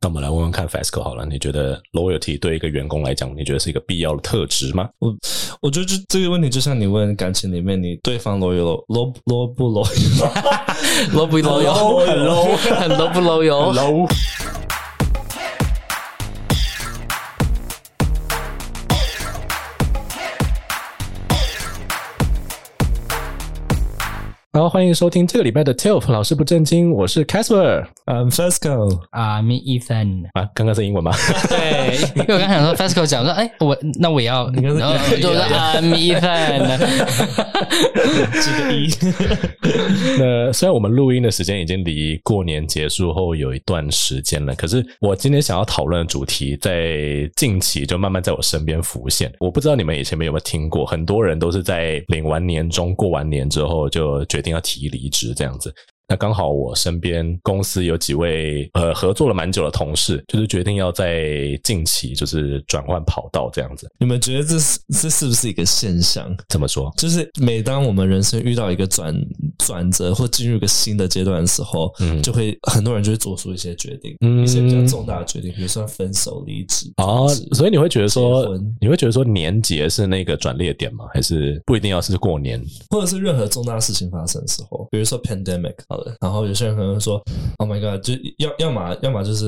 那我们来问问看 Fasco 好了，你觉得 loyalty 对一个员工来讲，你觉得是一个必要的特质吗？ 我觉得这个问题就像你问感情里面你对方 low 不 low low 不 low 很 low 很 low 不 low low。好，欢迎收听这个礼拜的 TILF 老师不正经，我是 Casper。I'm Fasco。 I'm Ethan。 刚刚是英文吗？ 对，因为我刚想说 Fasco 讲说，那我也要，然后就说 I'm Ethan。 几个 E。 那虽然我们录音的时间已经离过年结束后有一段时间了，可是我今天想要讨论的主题在近期就慢慢在我身边浮现。我不知道你们以前有没有听过，很多人都是在领完年终过完年之后就决定要提离职这样子。那刚好我身边公司有几位合作了蛮久的同事，就是决定要在近期就是转换跑道这样子。 你们觉得这是不是一个现象？ 怎么说？ 就是每当我们人生遇到一个转折或进入一个新的阶段的时候，就会很多人就会做出一些决定，一些比较重大的决定，比如说分手、离职。 所以你会觉得说年节是那个转捩点吗？还是不一定要是过年， 或者是任何重大事情发生的时候，比如说 pandemic。然后有些人可能说 Oh my god 就要么就是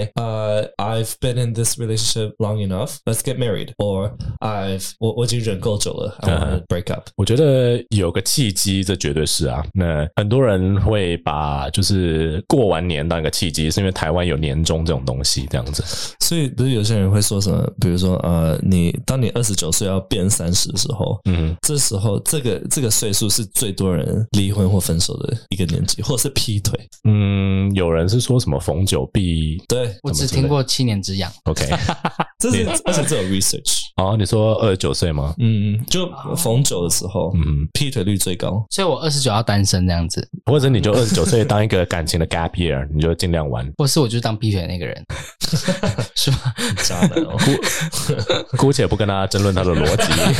I've been in this relationship long enough, let's get married, or我已经忍够久了, I want to break up。 我觉得有个契机，这绝对是啊。那很多人会把就是过完年当一个契机，是因为台湾有年终这种东西这样子。 所以不是有些人会说什么，比如说当你29岁要变30的时候，这时候这个岁数是最多人离婚或分手的一个年纪，或者是劈腿。 有人是说什么逢九必， 对， 我只听过7年之痒。 OK。 而且这有 research。 你说29岁吗？ 就逢9的时候，劈腿率最高。 所以我29要单身这样子， 或者你就29岁当一个感情的 gap year， 你就尽量玩。 或是我就当劈腿的那个人。是吗？ 渣男哦。 姑且不跟他争论他的逻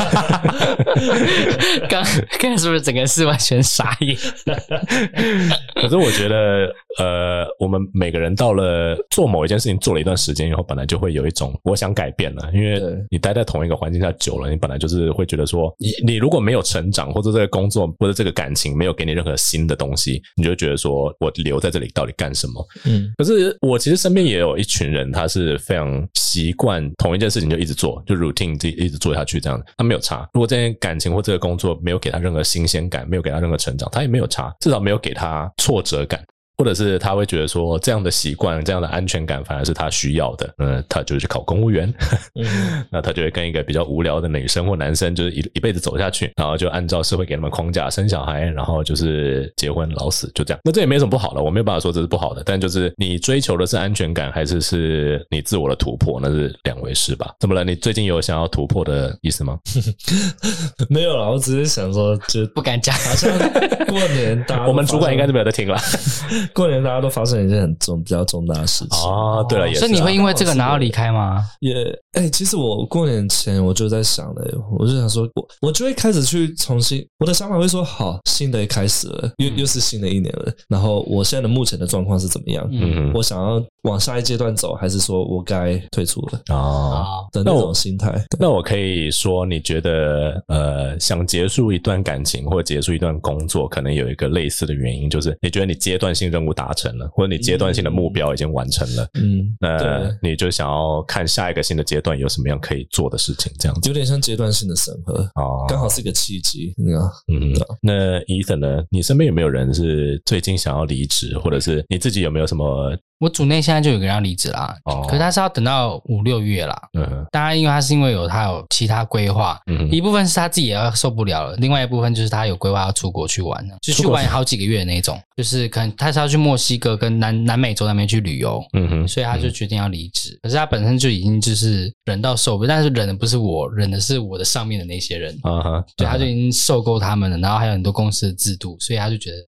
辑。刚才是不是整个是完全傻眼？ 可是我觉得我们每个人到了做某一件事情做了一段时间以后，本来就会有一种我想改变了，因为你待在同一个环境下久了，你本来就是会觉得说你如果没有成长，或者这个工作或者这个感情没有给你任何新的东西，你就会觉得说我留在这里到底干什么。可是我其实身边也有一群人，他是非常习惯同一件事情就一直做，就 routine 一直做下去这样，他没有差。如果这件感情或这个工作没有给他任何新鲜感，没有给他任何成长，他也没有差，至少没有给他挫折感，或者是他会觉得说这样的习惯这样的安全感反而是他需要的，他就去考公务员。那他就会跟一个比较无聊的女生或男生就是一辈子走下去，然后就按照社会给他们框架生小孩，然后就是结婚老死，就这样。那这也没什么不好的，我没有办法说这是不好的，但就是你追求的是安全感还是你自我的突破，那是两回事吧。怎么了？你最近有想要突破的意思吗？ 没有啦，我只是想说就不敢讲， 好像过年大家我们主管应该是没有在听啦。 过年大家都发生一件比较重大的事情。 对了，也是。 所以你会因为这个然后离开吗？ 其实我过年前我就在想了，我就想说我就会开始去重新，我的想法会说好，新的开始了，又是新的一年了，然后我现在的目前的状况是怎么样，我想要往下一阶段走，还是说我该退出了的那种心态。 那我可以说你觉得想结束一段感情或结束一段工作，可能有一个类似的原因，就是你觉得你阶段性任务达成了，或者你阶段性的目标已经完成了，那你就想要看下一个新的阶段有什么样可以做的事情，这样子有点像阶段性的审核，刚好是一个契机。 那 Ethan 呢？你身边有没有人是最近想要离职，或者是你自己有没有什么？ 我组内现在就有个人要离职啦，可是他是要等到5、6月啦。当然因为他有其他规划，一部分是他自己也要受不了了，另外一部分就是他有规划要出国去玩，就去玩好几个月的那种，就是可能他是要去墨西哥跟南美洲那边去旅游，所以他就决定要离职。可是他本身就已经就是忍到受不了，但是忍的不是我，忍的是我的上面的那些人，对，他就已经受够他们了，然后还有很多公司的制度，所以他就觉得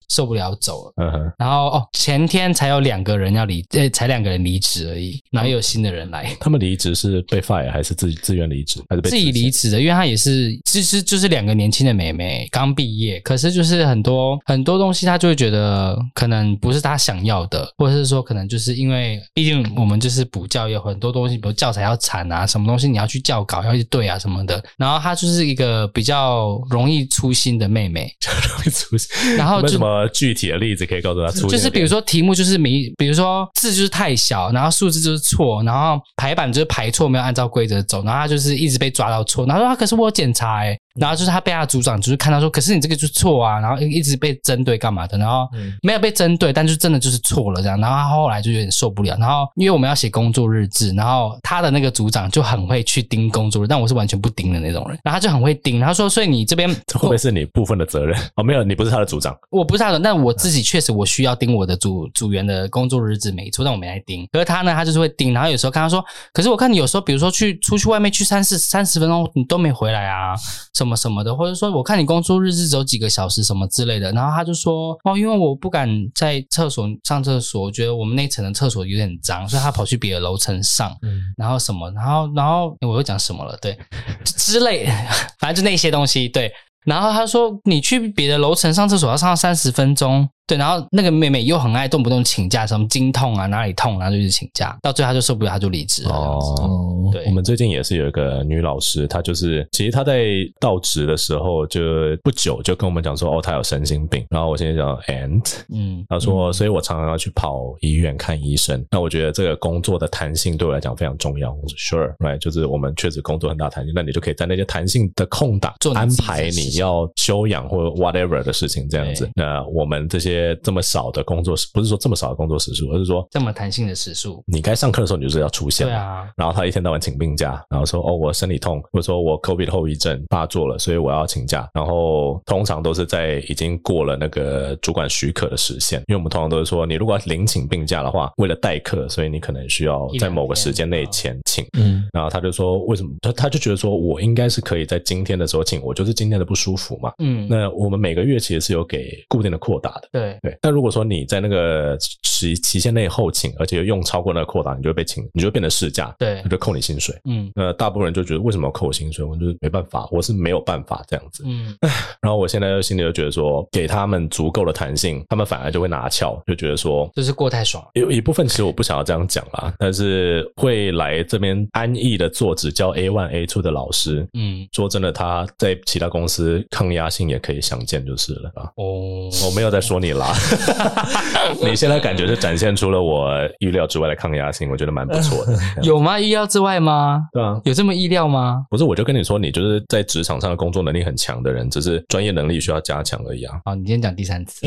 受不了走了。然后前天才有2个人要才2个人离职而已，然后又有新的人来。 他们离职是被 fire 还是自愿离职，还是被自己离职的？因为他也是就是2个年轻的妹妹刚毕业，可是就是很多东西他就会觉得可能不是他想要的，或者是说可能就是因为毕竟我们就是补教有很多东西，比如教材要产啊，什么东西你要去校稿要去对啊什么的，然后他就是一个比较容易粗心的妹妹， 容易粗心。 然后有什么具体的例子可以告诉他？ 就是比如说题目就是比如说字就是太小，然后数字就是错，然后排版就是排错，没有按照规则走，然后他就是一直被抓到错，然后说可是我有检查然后就是他被他的组长就是看到说可是你这个就错啊，然后一直被针对干嘛的，然后没有被针对，但就真的就是错了这样，然后他后来就有点受不了，然后因为我们要写工作日志，然后他的那个组长就很会去盯工作日，但我是完全不盯的那种人，然后他就很会盯，然后说所以你这边这会不会是你部分的责任？没有，你不是他的组长。 我不是他的，但我自己确实我需要盯我的组员的工作日志没错，但我没来盯。可是他呢，他就是会盯，然后有时候看他说，可是我看你有时候比如说出去外面去30分钟你都没回来啊，什么什么的，或者说我看你工作日志只有几个小时什么之类的，然后他就说因为我不敢在厕所上厕所，我觉得我们那层的厕所有点脏，所以他跑去别的楼层上，然后什么，然后我又讲什么了，对，之类，反正就那些东西，对。然后他说你去别的楼层上厕所要上到30分钟，对，然后那个妹妹又很爱动不动请假，什么经痛啊哪里痛，然后就一直请假，到最后他就受不了，他就离职了。对， 我们最近也是有一个女老师，她就是其实她在到职的时候就不久就跟我们讲说她有身心病，然后我现在讲 她说所以我常常要去跑医院看医生，那我觉得这个工作的弹性对我来讲非常重要。我说 sure right， 就是我们确实工作很大弹性，那你就可以在那些弹性的空档安排你要休养或 whatever 的事情这样子。那我们这些这么少的工作时，不是说这么少的工作时数，而是说这么弹性的时数， 你该上课的时候你就是要出现。 对啊， 然后他一天到晚请病假，然后说我生理痛，或者说我 COVID 后遗症发作了，所以我要请假。然后通常都是在已经过了那个主管许可的时限，因为我们通常都是说你如果要领请病假的话，为了代课，所以你可能需要在某个时间内前请。然后他就说为什么他就觉得说我应该是可以在今天的时候请，我就是今天的不舒服嘛。那我们每个月其实是有给固定的扩打的。对，但如果说你在那个期限内后请，而且用超过那个扩打，你就会被请，你就会变成事假，对，就扣你薪水。那大部分人就觉得为什么要扣我薪水？我就是没办法，我是没有办法这样子。然后我现在心里就觉得说，给他们足够的弹性，他们反而就会拿翘，就觉得说就是过太爽。 有一部分其实我不想要这样讲啦，但是会来这边安逸的做只教 A1、A2 的老师，说真的，他在其他公司抗压性也可以想见就是了啊。我没有在说你啦，你现在感觉是展现出了我预料之外的抗压性，我觉得蛮不错的。 有吗？意料之外吗？对啊，有这么意料吗？ 不是，我就跟你说，你就是在职场上的工作能力很强的人，只是专业能力需要加强而已啊。 好，你今天讲第3次。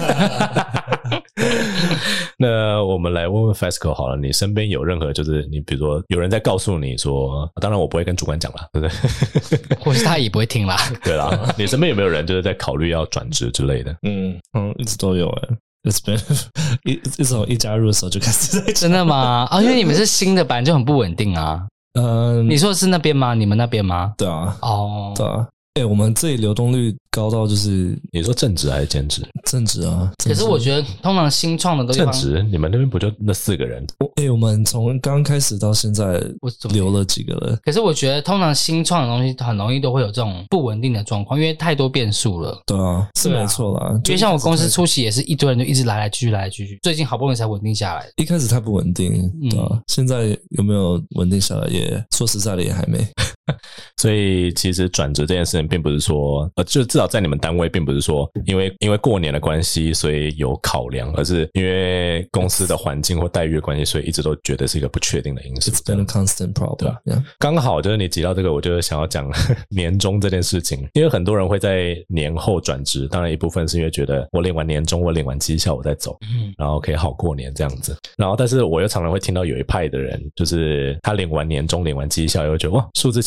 那我们来问问 Fasco 好了，你身边有任何就是你比如说有人在告诉你说，当然我不会跟主管讲啦，对不对？ 或是他也不会听啦。 对啦，你身边有没有人就是在考虑要转职之类的？ 一直都有从一加入的时候就开始在真的吗？因为你们是新的版就很不稳定啊。你说的是那边吗？你们那边吗？ 对啊。对啊。我们这里流动率高到就是你说正职还是兼职？ 正职啊。 可是我觉得通常新创的都正职，你们那边不就那4个人？ 我们从刚开始到现在留了几个人。 可是我觉得通常新创的东西很容易都会有这种不稳定的状况，因为太多变数了。 对啊，是没错啦。 因为像我公司初期也是一堆人就一直来来去去，最近好不容易才稳定下来。 一开始太不稳定，对啊。现在有没有稳定下来？也说实在的也还没。 所以其实转职这件事情并不是说就至少在你们单位并不是说因为过年的关系所以有考量，而是因为公司的环境或待遇的关系，所以一直都觉得是一个不确定的因素。 It's been a constant problem， 对吧？ 刚好就是你提到这个，我就想要讲年终这件事情，因为很多人会在年后转职，当然一部分是因为觉得我领完年终，我领完绩效我再走，然后可以好过年这样子。然后但是我又常常会听到有一派的人，就是他领完年终领完绩效又觉得哇，数字其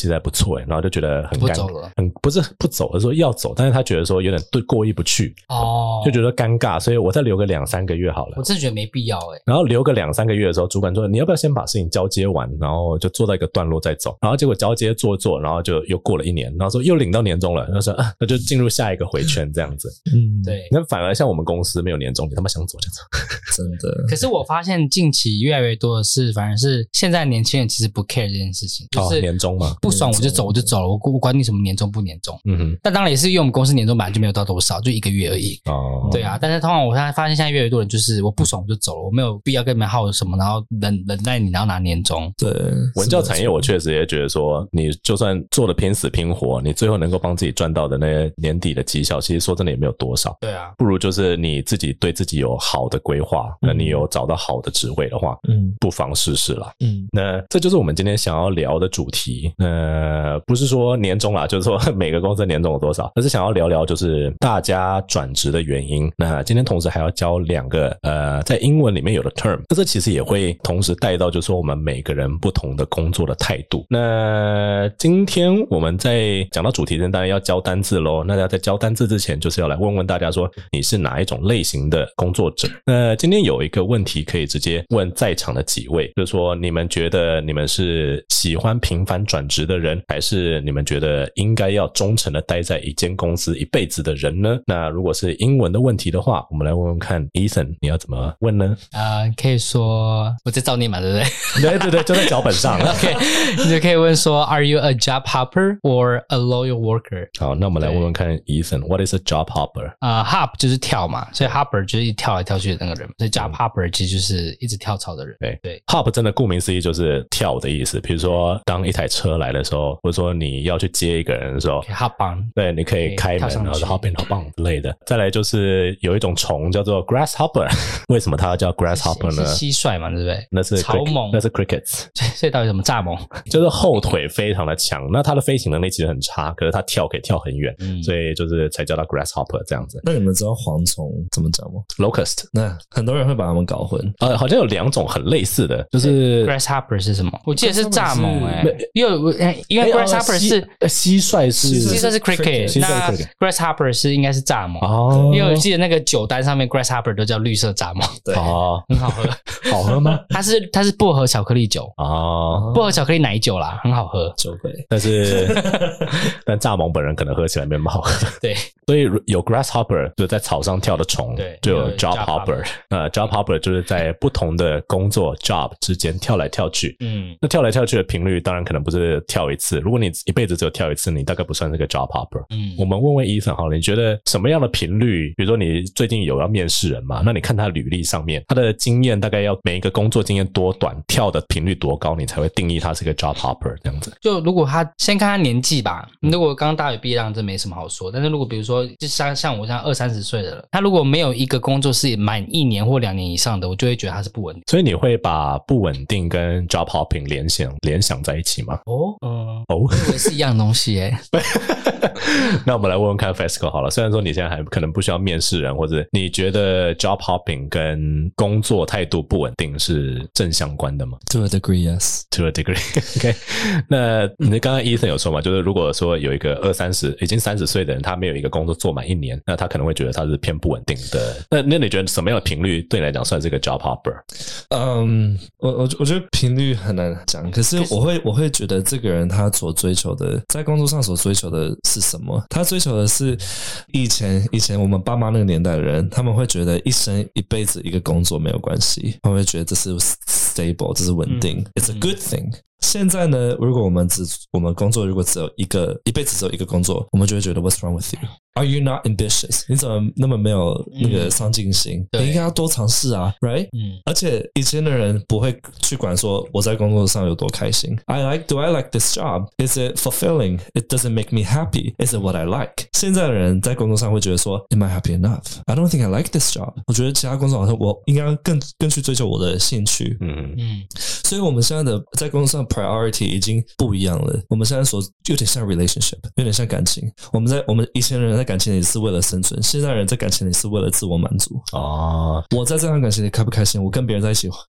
其实还不错然后就觉得很不走了， 不是不走，而是说要走，但是他觉得说有点过意不去就觉得尴尬，所以我再留个2-3个月好了。 我真的觉得没必要然后留个2-3个月的时候，主管说你要不要先把事情交接完，然后就做到一个段落再走，然后结果交接做，然后就又过了1年，然后说又领到年终了，然后说那就进入下一个回圈这样子。 对。 那反而像我们公司没有年终，你他妈想走就走， 真的。 可是我发现近期越来越多的是，反而是现在年轻人其实不 care 这件事情，就是年终嘛， 不爽我就走了，我管你什么年终不年终。但当然也是因为我们公司年终本来就没有到多少，就1个月而已。对啊，但是通常我现在发现现在越来越多人就是我不爽我就走了，我没有必要跟你们耗什么，然后忍耐你，然后拿年终。 对， 文教产业我确实也觉得说，你就算做的拼死拼活，你最后能够帮自己赚到的那些年底的绩效，其实说真的也没有多少。 对啊， 不如就是你自己对自己有好的规划，那你有找到好的职位的话，不妨试试啦。那这就是我们今天想要聊的主题。不是说年终啦，就是说每个公司年终有多少，而是想要聊聊就是大家转职的原因。那今天同时还要教2个在英文里面有的 term， 那这其实也会同时带到就是说我们每个人不同的工作的态度。那今天我们在讲到主题之前，当然要教单字咯。那在教单字之前，就是要来问问大家说你是哪一种类型的工作者。那今天有一个问题可以直接问在场的几位，就是说你们觉得你们是喜欢频繁转职的人，还是你们觉得应该要忠诚的待在一间公司一辈子的人呢？那如果是英文的问题的话，我们来问问看 Ethan 你要怎么问呢？ 可以说我在照念嘛，对不对？ 对，就在脚本上。 OK， 你就可以问说 Are you a job hopper or a loyal worker？ 好，那我们来问问看 Ethan What is a job hopper？ hop 就是跳嘛，所以 hopper 就是一跳来跳去的那个人，所以 job hopper 其实就是一直跳槽的人。对 hop 真的顾名思义就是跳的意思。比如说当一台车来的时候，或者说你要去接一个人的时候 hop on， 对，你可以开门然后 hop in hop on 之类的。再来就是有一种虫叫做 grasshopper 为什么它叫 grasshopper 呢？ 是蟋蟀嘛，对不对？ 那是草蜢， 那是 crickets。 所以到底什么蚱蜢？ 就是后腿非常的强，那它的飞行能力其实很差，可是它跳可以跳很远，所以就是才叫它 grasshopper 这样子。 那你们知道蝗虫怎么讲吗？ Locust。 那很多人会把它们搞混。 好像有2种很类似的，就是 grasshopper 是什么？我记得是蚱蜢因为 grasshopper 是蟋蟀是 cricket， 那 grasshopper 是应该是蚱蜢。因为我记得那个酒单上面 grasshopper 都叫绿色蚱蜢。 对， 很好喝。 好喝吗？ 它是薄荷巧克力酒薄荷巧克力奶酒啦，很好喝。 酒鬼。 但蚱蜢本人可能喝起来没那么好喝。 对， 所以有 grasshopper 就在草上跳的虫， 对， 就有 job hopper。job hopper 就是在不同的工作 job 之间跳来跳去。那跳来跳去的频率当然可能不是跳一次，如果你一辈子只有跳一次，你大概不算是个 job hopper。我们问问 Ethan 好了，你觉得什么样的频率，比如说你最近有要面试人嘛，那你看他履历上面他的经验大概要每一个工作经验多短，跳的频率多高，你才会定义他是个 job hopper 这样子。 就如果他先看他年纪吧，如果刚大学毕业，当然这没什么好说。但是如果比如说就像我这样20-30岁的人，他如果没有一个工作是满1年或2年以上的，我就会觉得他是不稳定。 所以你会把不稳定跟 job hopping 联想在一起吗？ 我以为是一样东西耶。 那我们来问问看 Fesco 好了，虽然说你现在还可能不需要面试人，或者你觉得 job hopping 跟工作态度不稳定是正相关的吗？ To a degree, yes. To a degree. OK. 那你刚刚 Ethan 有说嘛，就是如果说有一个已经30岁的人，他没有一个工作做满1年，那他可能会觉得他是偏不稳定的。那你觉得什么样的频率对你来讲算是一个 job hopper？ 我觉得频率很难讲，可是我会觉得这个人他所追求的，在工作上所追求的是什么？他追求的是以前我们爸妈那个年代的人，他们会觉得一辈子一个工作没有关系，他们会觉得这是 stable， 这是稳定，it's a good thing。现在呢，如果我们工作如果只有一辈子只有一个工作，我们就会觉得 What's wrong with you? Are you not ambitious? 你怎么那么没有那个上进心？你应该要多尝试啊 ，right？而且以前的人不会去管说我在工作上有多开心。Do I like this job? Is it fulfilling? It doesn't make me happy. Is it what I like? 现在的人在工作上会觉得说 Am I happy enough? I don't think I like this job. 我觉得其他工作好像我应该更去追求我的兴趣。所以我们现在的在工作上 priority 已经不一样了。我们现在有点像 relationship， 有点像感情。我们以前的人在感情里是为了生存，现在的人在感情里是为了自我满足。我在这段感情里开不开心，我跟别人在一起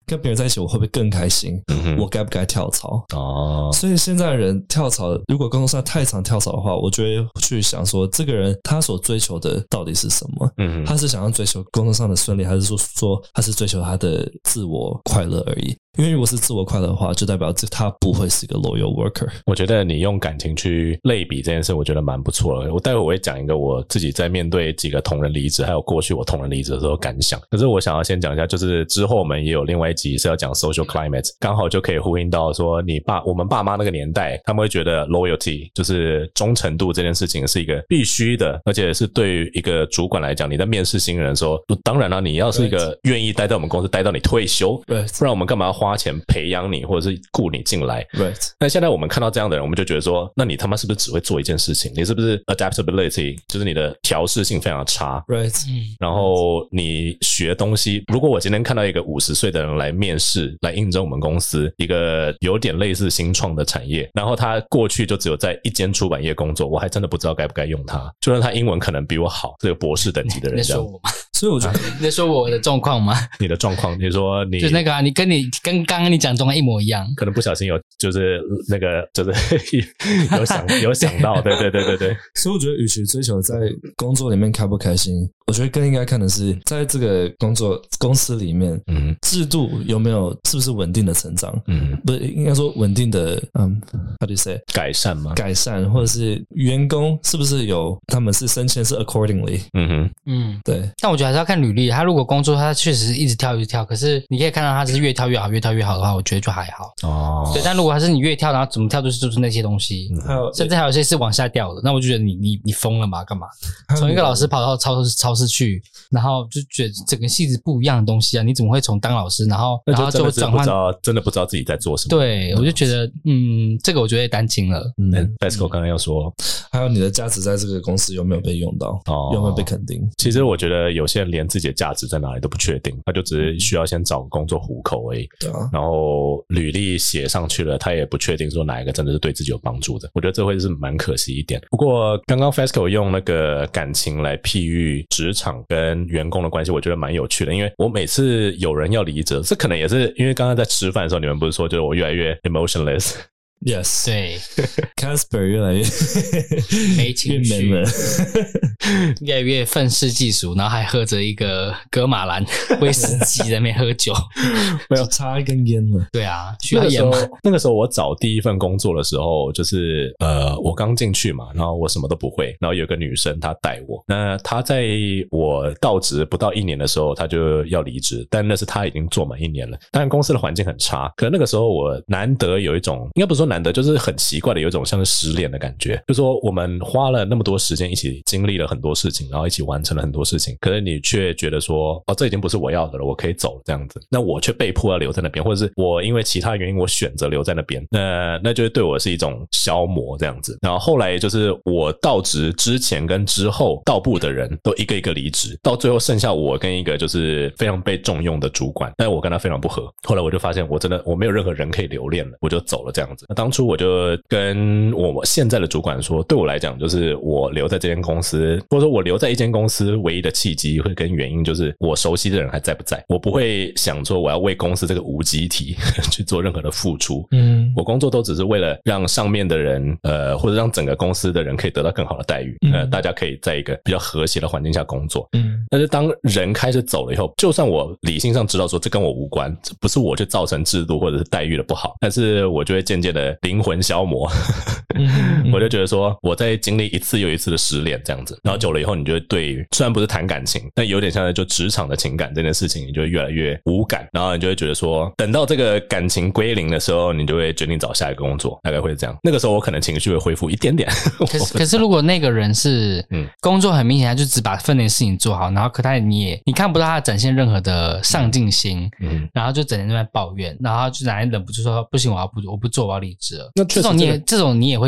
跟别人在一起我会不会更开心？我该不该跳槽？所以现在的人跳槽，如果工作上太常跳槽的话，我就会去想说，这个人他所追求的到底是什么？他是想要追求工作上的顺利，还是说他是追求他的自我快乐而已？因为如果是自我快乐的话，就代表他不会是一个 loyal worker。 我觉得你用感情去类比这件事，我觉得蛮不错的。我待会我会讲一个我自己在面对几个同仁离职，还有过去我同仁离职的时候感想。可是我想要先讲一下，就是之后我们也有另外一集是要讲 social climate， 刚好就可以呼应到说我们爸妈那个年代，他们会觉得 loyalty 就是忠诚度这件事情是一个必须的，而且是对于一个主管来讲，你在面试新人的时候，当然了，你要是一个愿意待在我们公司待到你退休，不然我们干嘛要花钱培养你或者是雇你进来。那现在我们看到这样的人，我们就觉得说，那你他妈是不是只会做一件事情？你是不是 adaptability 就是你的调适性非常差，然后你学东西，如果我今天看到一个50岁的人来面试来应征我们公司一个有点类似新创的产业，然后他过去就只有在一间出版业工作，我还真的不知道该不该用他，就算他英文可能比我好，这个博士等级的人这样。 所以我觉得你在说我的状况吗？ 你的状况，你说你就是那个你跟刚刚你讲中的一模一样， 可能不小心有就是那个就是有想到，对。 所以我觉得，与其追求在工作里面开不开心，我觉得更应该看的是在这个公司里面，制度有没有是不是稳定的成长，不是应该说稳定的how do you say 改善吗？ 改善，或者是员工是不是有他们是升迁是 accordingly，对。 但我觉得还是要看履历，他如果工作他确实一直跳，可是你可以看到他是越跳越好的话，我觉得就还好。对，但如果还是你越跳，然后怎么跳就是那些东西，甚至还有些是往下掉的，那我就觉得你疯了嘛？干嘛？从一个老师跑到超市去，然后就觉得整个系子不一样的东西啊！你怎么会从当老师，然后就转换？ 真的不知道自己在做什么。 对，我就觉得这个我觉得担心了。 Pascal 刚刚要说， 还有你的价值在这个公司有没有被用到？有没有被肯定？ 其实我觉得有些人连自己的价值在哪里都不确定，他就只是需要先找工作糊口而已。 对啊。 然后履历写上去了，他也不确定说哪一个真的是对自己有帮助的。我觉得这会是蛮可惜一点。不过刚刚 Pascal 用那个感情来譬喻职场跟员工的关系，我觉得蛮有趣的。因为我每次有人要离职，这可能也是因为刚刚在吃饭的时候，你们不是说就是我越来越 emotionless。Yes， 对 ，Casper 越来越没情绪，越来越愤世嫉俗，然后还喝着一个格马兰威士忌在那边喝酒， 没有插一根烟了。 对啊，需要烟吗？ 那个时候我找第一份工作的时候，就是我刚进去嘛，然后我什么都不会，然后有个女生她带我，那她在我到职不到1年的时候，她就要离职，但那是她已经做满1年了。当然公司的环境很差，可是那个时候我难得有一种，应该不是说难得，就是很奇怪的有一种像是失恋的感觉，就说我们花了那么多时间一起经历了很多事情，然后一起完成了很多事情，可是你却觉得说这已经不是我要的了，我可以走了这样子，那我却被迫要留在那边，或者是我因为其他原因我选择留在那边，那就对我是一种消磨这样子。然后后来就是我到职之前跟之后到部的人都一个一个离职，到最后剩下我跟一个就是非常被重用的主管，但我跟他非常不合，后来我就发现我没有任何人可以留恋了，我就走了这样子。那当初我就跟我现在的主管说，对我来讲就是我留在这间公司，或者说我留在一间公司唯一的契机会跟原因就是我熟悉的人还在不在，我不会想说我要为公司这个无机体去做任何的付出，我工作都只是为了让上面的人或者让整个公司的人可以得到更好的待遇，大家可以在一个比较和谐的环境下工作。但是当人开始走了以后，就算我理性上知道说这跟我无关，这不是我去造成制度或者是待遇的不好，但是我就会渐渐的灵魂消磨我就觉得说我在经历一次又一次的失恋这样子，然后久了以后你就会对于虽然不是谈感情，但有点像就职场的情感这件事情，你就会越来越无感，然后你就会觉得说等到这个感情归零的时候，你就会决定找下一个工作，大概会这样。那个时候我可能情绪会恢复一点点可是如果那个人是工作很明显他就只把分内事情做好，然后可他你看不到他展现任何的上进心，然后就整天在那边抱怨，然后就哪天忍不住说不行我不做我要离职了，那这种你也会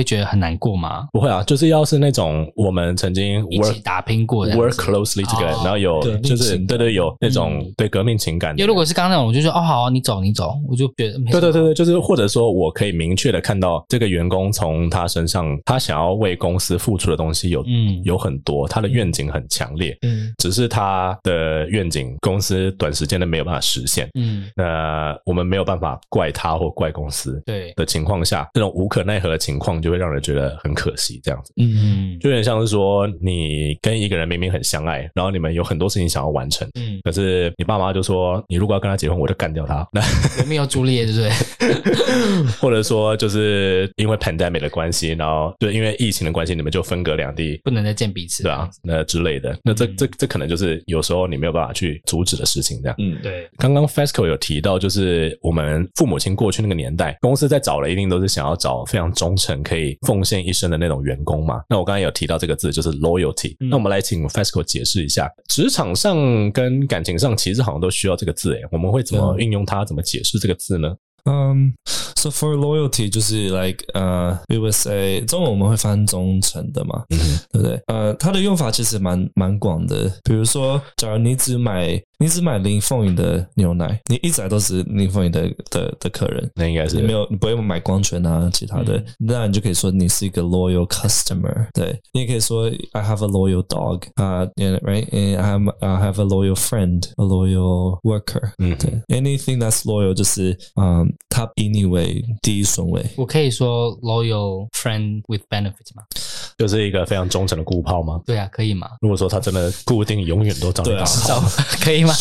会觉得很难过吗？ 不会啊，就是要是那种我们曾经一起打拼过的 work closely together，然后有就是对有那种对革命情感的。 因为如果是刚刚那种，我就说好，你走，我就觉得对，就是或者说我可以明确的看到这个员工从他身上他想要为公司付出的东西有很多，他的愿景很强烈，只是他的愿景公司短时间内没有办法实现，那我们没有办法怪他或怪公司的情况下，这种无可奈何的情况就会让人觉得很可惜，这样子，就有点像是说你跟一个人明明很相爱，然后你们有很多事情想要完成，可是你爸妈就说你如果要跟他结婚，我就干掉他， 罗密欧朱丽叶，对不对？ 或者说就是因为 pandemic 的关系，然后就因为疫情的关系，你们就分隔两地， 不能再见彼此， 对啊，那之类的，那这可能就是有时候你没有办法去阻止的事情，这样。 对。 刚刚 Fesco 有提到，就是我们父母亲过去那个年代，公司在找的一定都是想要找非常忠诚、可以奉献一生的那种员工嘛。那我刚才有提到这个字，就是 loyalty。那我们来请 Fesco 解释一下，职场上跟感情上其实好像都需要这个字，我们会怎么运用它，怎么解释这个字呢 ？So for loyalty 就是 like we would say 中文我们会翻忠诚的嘛，对不对？它的用法其实蛮广的。比如说，假如你只买林凤营的牛奶，你一直来都是林凤营的客人， 那应该是你不会买光泉啊其他的，那你就可以说你是一个 loyal customer。对，你也可以说 I have a loyal dog， right？ I have a loyal friend， a loyal worker。对 ，anything that's loyal 就是他以你为第一顺位。 我可以说 loyal friend with benefits 吗？ 就是一个非常忠诚的顾炮吗？ 对啊，可以吗？ 如果说他真的固定永远都找你打炮， 可以吗？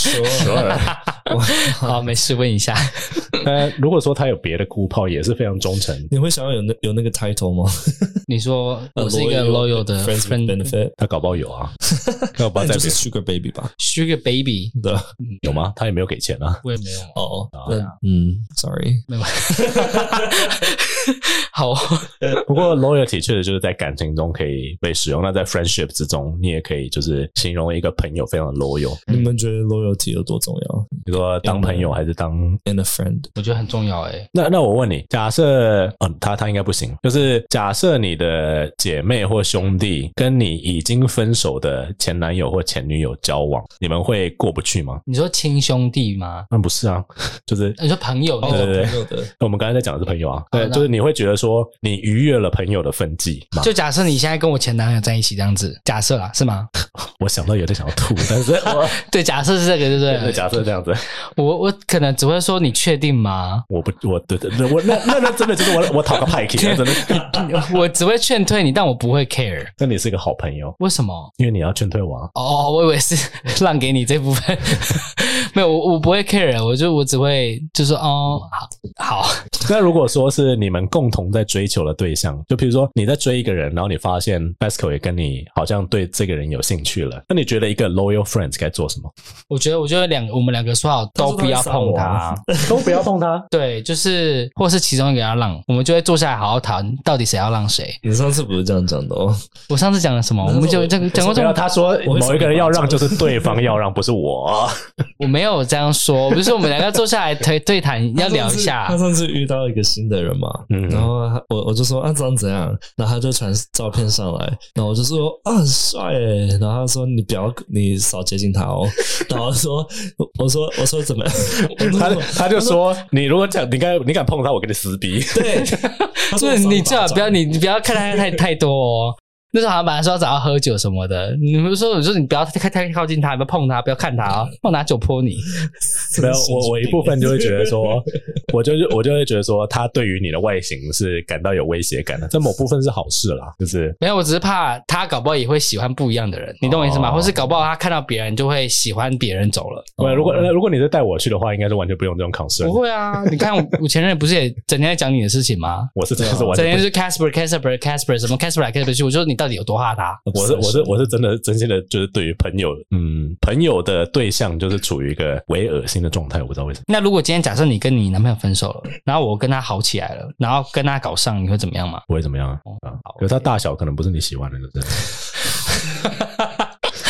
好， 没事，问一下。 如果说他有别的顾炮也是非常忠诚， 你会想要有那个 title 吗？ 你说我是一个 loyal 的 friends with benefit， 他搞不好有啊，搞不好在就是 sugar baby 吧 ？sugar baby 对， 有吗？他也没有给钱啊， 我也没有。 sorry， 没有。好， 不过 loyalty 确实就是在感情中可以被使用，那在 friendship 之中，你也可以就是形容一个朋友非常 loyal。 你们觉得 loyalty 有多重要？ 你说当朋友还是当 and a friend？ 我觉得很重要那我问你，假设他应该不行，就是假设你的姐妹或兄弟跟你已经分手的前男友或前女友交往，你们会过不去吗？ 你说亲兄弟吗？ 不是啊，就是你说朋友， 对，我们刚才在讲的是朋友啊，对，就是你会觉得说你逾越了朋友的分际吗？ 就假设你现在跟我前男友在一起这样子，假设啦，是吗？ 我想到有点想要吐，但是对，假设是这个，对不对？ 对，假设这样子， 我可能只会说你确定吗？ 对，那真的就是我讨个派气，真的， 我只会劝退你，但我不会 care。 那你是一个好朋友， 为什么？ 因为你要劝退我啊。 我以为是让给你这部分，没有，我不会 care，我只会就说好。 那如果说是你们共同在追求的对象，就比如说你在追一个人，然后你发现 Fesco 也跟你好像对这个人有兴趣了，那你觉得一个 loyal friends 该做什么？我觉得我们两个说好都不要碰他， 都不要碰他。 对，就是或是其中一个要让，我们就会坐下来好好谈，到底谁要让谁。 你上次不是这样讲的哦？ 我上次讲了什么？我们就讲过什么？ 他说某一个人要让，就是对方要让，不是我。 我没有这样说，我就说我们两个坐下来对谈，要聊一下。 他上次遇到一个新的人嘛，然后我就说长怎样，然后他就传照片上来，然后我就说很帅耶，然后他说你少接近他哦，然后我说怎么样？ 他就说你如果你敢碰他，我跟你撕逼。 对，就是你最好不要你不要看他太多哦。那时候好像本来说要找他喝酒什么的，你们说你不要太靠近他，不要碰他，不要看他我拿酒泼你。 没有，我一部分就会觉得说，我就会觉得说，他对于你的外形是感到有威胁感的，这某部分是好事啦，就是没有，我只是怕他搞不好也会喜欢不一样的人，你懂我意思吗？或是搞不好他看到别人就会喜欢别人走了。 如果你是带我去的话，应该是完全不用这种 concern。 不会啊，你看我前任不是也整天在讲你的事情吗？ 我是真的是完全整天是 Casper 什么 Casper 来 Casper 去，我说你到底有多怕他？ 我是真心的，就是对于朋友的对象，就是处于一个微恶心的状态，我不知道为什么。 那如果今天假设你跟你男朋友分手了，然后我跟他好起来了，然后跟他搞上，你会怎么样吗？ 不会怎么样啊。可是他大小可能不是你喜欢的，对不对？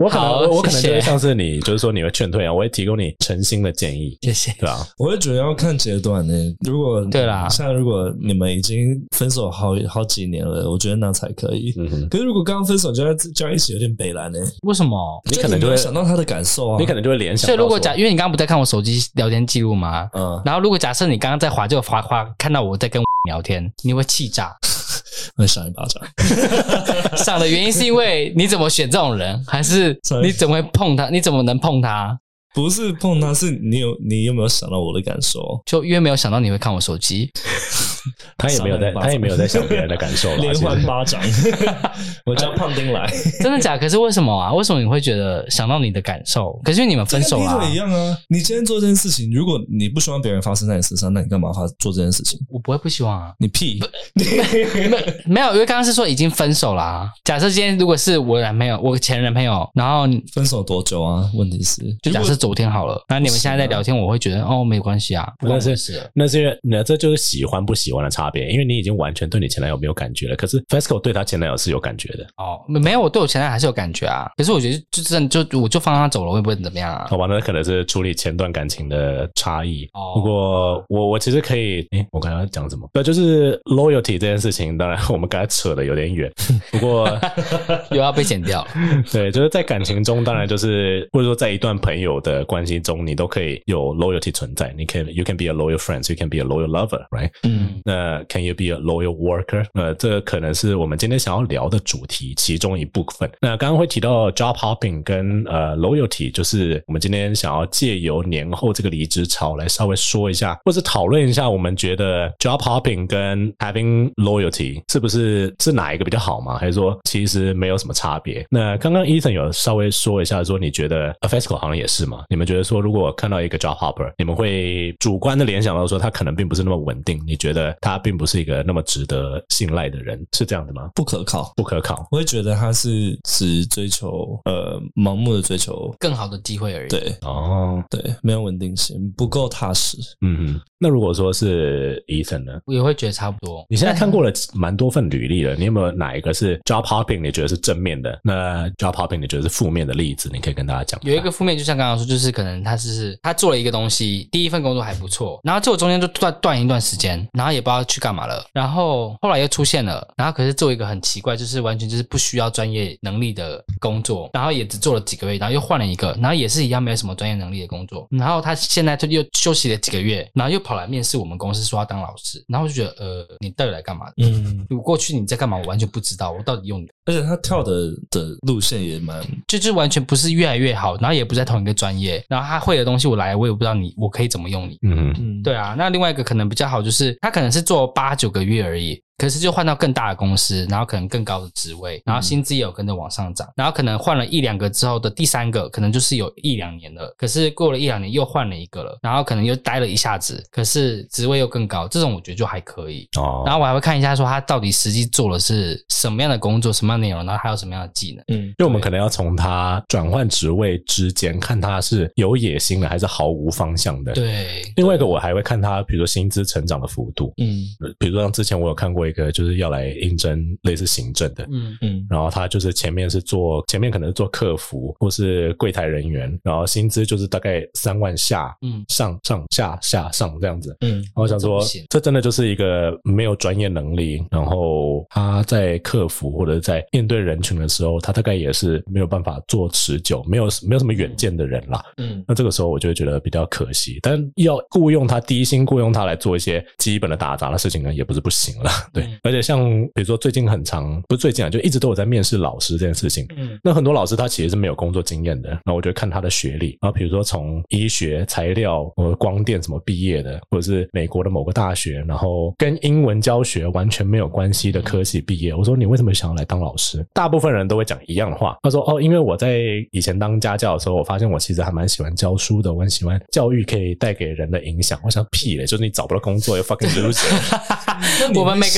我可能就会像是你，就是说你会劝退啊，我会提供你诚心的建议， 谢谢， 对吧？ 我会觉得要看阶段呢。如果对啦， 像如果你们已经分手好几年了，我觉得那才可以。可是如果刚刚分手就在一起，有点北蓝呢。 为什么？ 你可能就会想到他的感受啊， 你可能就会联想到。 所以如果因为你刚刚不在看我手机聊天记录吗？然后如果假设你刚刚在滑看到我在跟聊天，你会气炸。 会赏一巴掌。 赏的原因是因为你怎么选这种人，还是你怎么会碰他？你怎么能碰他？ 不是碰他，是你有没有想到我的感受？ 就因为没有想到你会看我手机， 他也没有在想别人的感受了。 连环巴掌，我叫胖丁来。 真的假的？可是为什么啊？为什么你会觉得想到你的感受？可是因为你们分手了， 跟劈腿一样啊！你今天做这件事情，如果你不希望别人发生在你身上，那你干嘛做这件事情？ 我不会不希望啊！ 你屁！ 没有，因为刚刚是说已经分手啦、啊。假设今天如果是我男朋友，我前男朋友，然后分手多久啊？问题是， 就假设昨天好了，那你们现在在聊天，我会觉得哦，没关系啊， 那是这就是喜欢不喜欢的差别，因为你已经完全对你前男友没有感觉了，可是 Fesco 对他前男友是有感觉的。 哦，没有，我对我前男友还是有感觉啊，可是我觉得我就放他走了，会不会怎么样啊？ 好吧，那可能是处理前段感情的差异。不过我其实可以，我刚刚讲什么？对，就是 loyalty 这件事情，当然我们刚才扯得有点远，不过又要被剪掉。 对，就是在感情中，当然就是或者说在一段朋友的关系中，你都可以有 loyalty 存在。you can be a loyal friend, you can be a loyal lover, right? 那 can you be a loyal worker? 这可能是我们今天想要聊的主题其中一部分。那刚刚会提到 job hopping 跟loyalty， 就是我们今天想要借由年后这个离职潮来稍微说一下，或是讨论一下，我们觉得 job hopping 跟 having loyalty 是哪一个比较好吗？还是说其实没有什么差别？那刚刚 Ethan 有稍微说一下，说你觉得 Fesco 好像也是嘛？你们觉得说如果看到一个 job hopper， 你们会主观的联想到说他可能并不是那么稳定，你觉得他并不是一个那么值得信赖的人，是这样的吗？ 不可靠。 我会觉得他是只追求盲目的追求更好的机会而已。 对，对，没有稳定性，不够踏实。 那如果说是 Ethan 呢？ 我也会觉得差不多。 你现在看过了蛮多份履历了，你有没有哪一个是 job hopping 你觉得是正面的，那 job hopping 你觉得是负面的例子，你可以跟大家讲。 有一个负面就像刚刚说，就是可能他做了一个东西，第一份工作还不错，然后结果中间就断一段时间，然后也不知道去干嘛了，然后后来又出现了，然后可是做一个很奇怪，就是完全就是不需要专业能力的工作，然后也只做了几个月，然后又换了一个，然后也是一样没有什么专业能力的工作，然后他现在就又休息了几个月，然后又跑来面试我们公司说要当老师，然后就觉得你到底来干嘛的？过去你在干嘛我完全不知道，我到底用你。 而且他跳的路线也蛮就完全不是越来越好，然后也不在同一个专业，然后他会的东西我来我也不知道我可以怎么用你。对啊，那另外一个可能比较好就是他可能是做8-9个月而已，可是就换到更大的公司，然后可能更高的职位，然后薪资也有跟着往上涨，然后可能换了1-2个之后的第3个可能就是有1-2年了，可是过了1-2年又换了一个了，然后可能又待了一下子，可是职位又更高，这种我觉得就还可以。然后我还会看一下说他到底实际做的是什么样的工作，什么样的内容，然后还有什么样的技能。 因为我们可能要从他转换职位之间看他是有野心的还是毫无方向的。 对， 另外一个我还会看他比如说薪资成长的幅度。比如说像之前我有看过一个就是要来应征类似行政的，然后他就是前面可能是做客服或是柜台人员，然后薪资就是大概3万下，上下这样子。然后想说这真的就是一个没有专业能力，然后他在客服或者在面对人群的时候，他大概也是没有办法做持久，没有什么远见的人啦。那这个时候我就会觉得比较可惜，但要低薪雇佣他来做一些基本的打杂的事情呢，也不是不行了。对，而且像比如说最近不是最近就一直都有在面试老师这件事情。那很多老师他其实是没有工作经验的，然后我就看他的学历，然后比如说从医学、材料或光电什么毕业的，或者是美国的某个大学，然后跟英文教学完全没有关系的科系毕业。我说你为什么想要来当老师？大部分人都会讲一样的话，他说因为我在以前当家教的时候，我发现我其实还蛮喜欢教书的，我很喜欢教育可以带给人的影响。我想屁嘞，就是你找不到工作又 fucking loser。 我们每个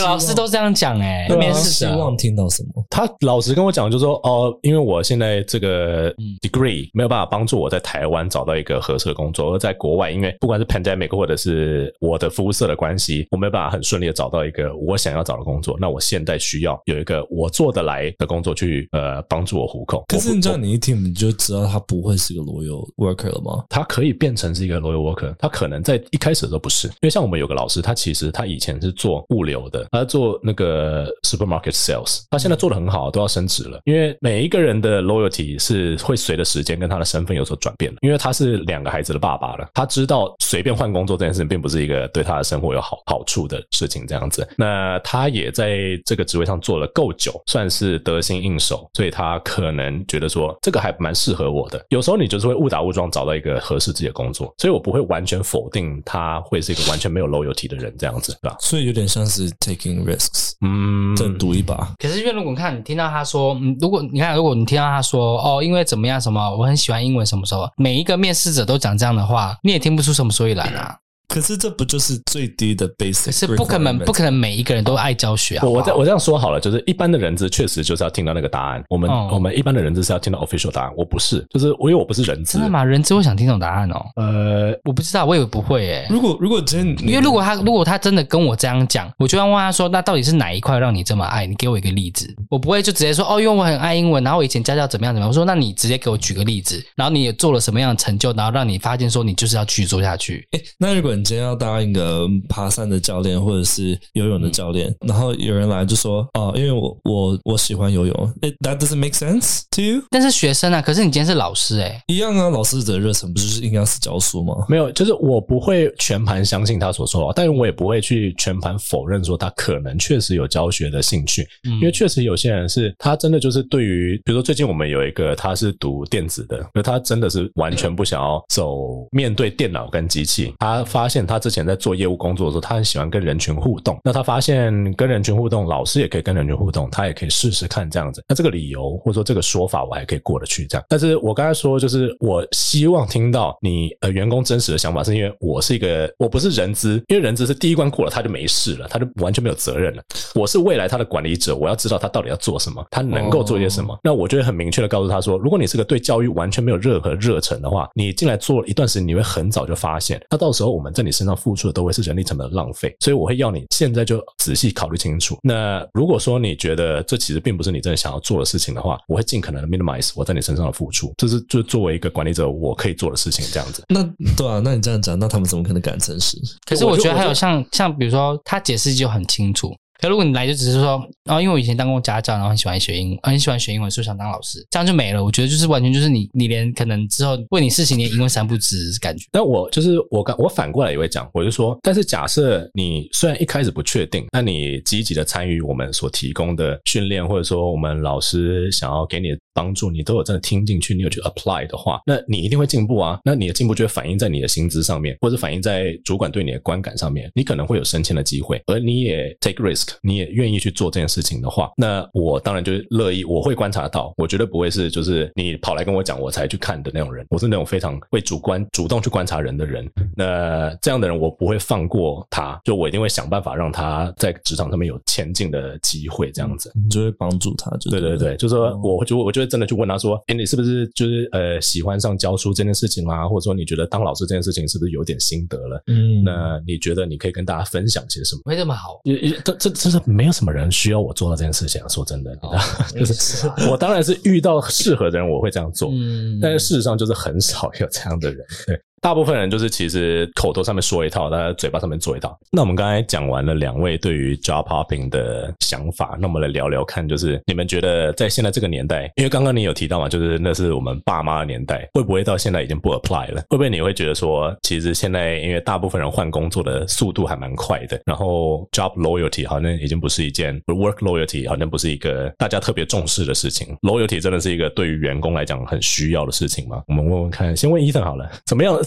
个老师都这样讲面试希望听到什么？ 他老实跟我讲就说因为我现在这个 degree 没有办法帮助我在台湾找到一个合适的工作，而在国外因为不管是 pandemic 或者是我的肤色的关系，我没有办法很顺利的找到一个我想要找的工作，那我现在需要有一个我做得来的工作去帮助我糊口。 可是你这样你一听你就知道他不会是个 loyal worker 了吗？ 他可以变成是一个 loyal worker， 他可能在一开始的时候不是，因为像我们有个老师，他其实他以前是做物流的，他做那个 supermarket sales， 他现在做得很好，都要升职了。因为每一个人的 loyalty 是会随着时间跟他的身份有所转变的，因为他是2个孩子的爸爸了，他知道随便换工作这件事情并不是一个对他的生活有好处的事情这样子。那他也在这个职位上做了够久，算是得心应手，所以他可能觉得说这个还蛮适合我的。有时候你就是会误打误撞找到一个合适自己的工作，所以我不会完全否定他会是一个完全没有 loyalty 的人这样子，对吧？ 所以有点像是 taking risks， 正赌一把。 可是因为如果你听到他说，如果你听到他说因为怎么样什么，我很喜欢英文什么时候，每一个面试者都讲这样的话，你也听不出什么所以然啊。 可是这不就是最低的 basic？ 可是不可能每一个人都爱教学啊。 我这样说好了，就是一般的人资确实就是要听到那个答案。我们一般的人资是要听到 official 答案，我不是，就是因为我不是人资。 真的吗？人资会想听这种答案哦？我不知道，我以为不会如果真因为如果他真的跟我这样讲，我就要问他说，那到底是哪一块让你这么爱？你给我一个例子。我不会就直接说因为我很爱英文，然后我以前家教怎么样怎么样。我说那你直接给我举个例子，然后你也做了什么样的成就，然后让你发现说你就是要继续做下去。 那如果你今天要答应一个爬山的教练或者是游泳的教练，然后有人来就说因为我喜欢游泳 ，That doesn't make sense to you？ 但是学生啊，可是你今天是老师一样啊，老师的热忱不就是应该是教书吗？ 没有，就是我不会全盘相信他所说的话，但是我也不会去全盘否认说他可能确实有教学的兴趣，因为确实有些人是他真的就是对于，比如说最近我们有一个他是读电子的，而他真的是完全不想要面对电脑跟机器，他发现他之前在做业务工作的时候，他很喜欢跟人群互动，那他发现跟人群互动，老师也可以跟人群互动，他也可以试试看这样子，那这个理由或者说这个说法我还可以过得去这样。但是我刚才说就是我希望听到你员工真实的想法，是因为我不是人资，因为人资是第一关过了他就没事了，他就完全没有责任了，我是未来他的管理者，我要知道他到底要做什么，他能够做些什么，那我就会很明确的告诉他说，如果你是个对教育完全没有任何热忱的话，你进来做一段时间，你会很早就发现，那到时候我们在你身上付出的都会是人力成本的浪费，所以我会要你现在就仔细考虑清楚。那如果说你觉得这其实并不是你真的想要做的事情的话，我会尽可能的 minimize 我在你身上的付出，这是就作为一个管理者我可以做的事情这样子。 那对啊，那你这样讲，那他们怎么可能敢诚实？ 可是我觉得还有像比如说他解释就很清楚，可如果你来就只是说因为我以前当过家教，然后很喜欢学英文，所以想当老师，这样就没了。我觉得就是完全就是你连可能之后为你事情连英文3不知感觉。 但我就是我反过来也会讲，我就说，但是假设你虽然一开始不确定，那你积极的参与我们所提供的训练，或者说我们老师想要给你的帮助，你都有真的听进去，你有去 apply 的话，那你一定会进步啊。那你的进步就会反映在你的薪资上面，或者反映在主管对你的观感上面，你可能会有升迁的机会，而你也 take risk， 你也愿意去做这件事情的话，那我当然就是乐意，我会观察到，我绝对不会是就是你跑来跟我讲我才去看的那种人，我是那种非常会主动去观察人的人。那这样的人我不会放过他，就我一定会想办法让他在职场上面有前进的机会这样子。 你就会帮助他， 对对对，就是说我就会真的去问他说，你是不是就是喜欢上教书这件事情啦，或者说你觉得当老师这件事情是不是有点心得了，那你觉得你可以跟大家分享些什么？ 没这么好， 这是没有什么人需要我做到这件事情，说真的，就是我当然是遇到适合的人我会这样做，但是事实上就是很少有这样的人，对。大部分人就是其实口头上面说一套，大家嘴巴上面做一套。那我们刚才讲完了2位对于 job hopping 的想法，那我们来聊聊看，就是你们觉得在现在这个年代，因为刚刚你有提到嘛，就是那是我们爸妈的年代，会不会到现在已经不 apply 了？会不会你会觉得说，其实现在因为大部分人换工作的速度还蛮快的，然后 job loyalty 好像已经不是一件 work loyalty 好像不是一个大家特别重视的事情， loyalty 真的是一个对于员工来讲很需要的事情吗？我们问问看，先问Ethan好了，怎么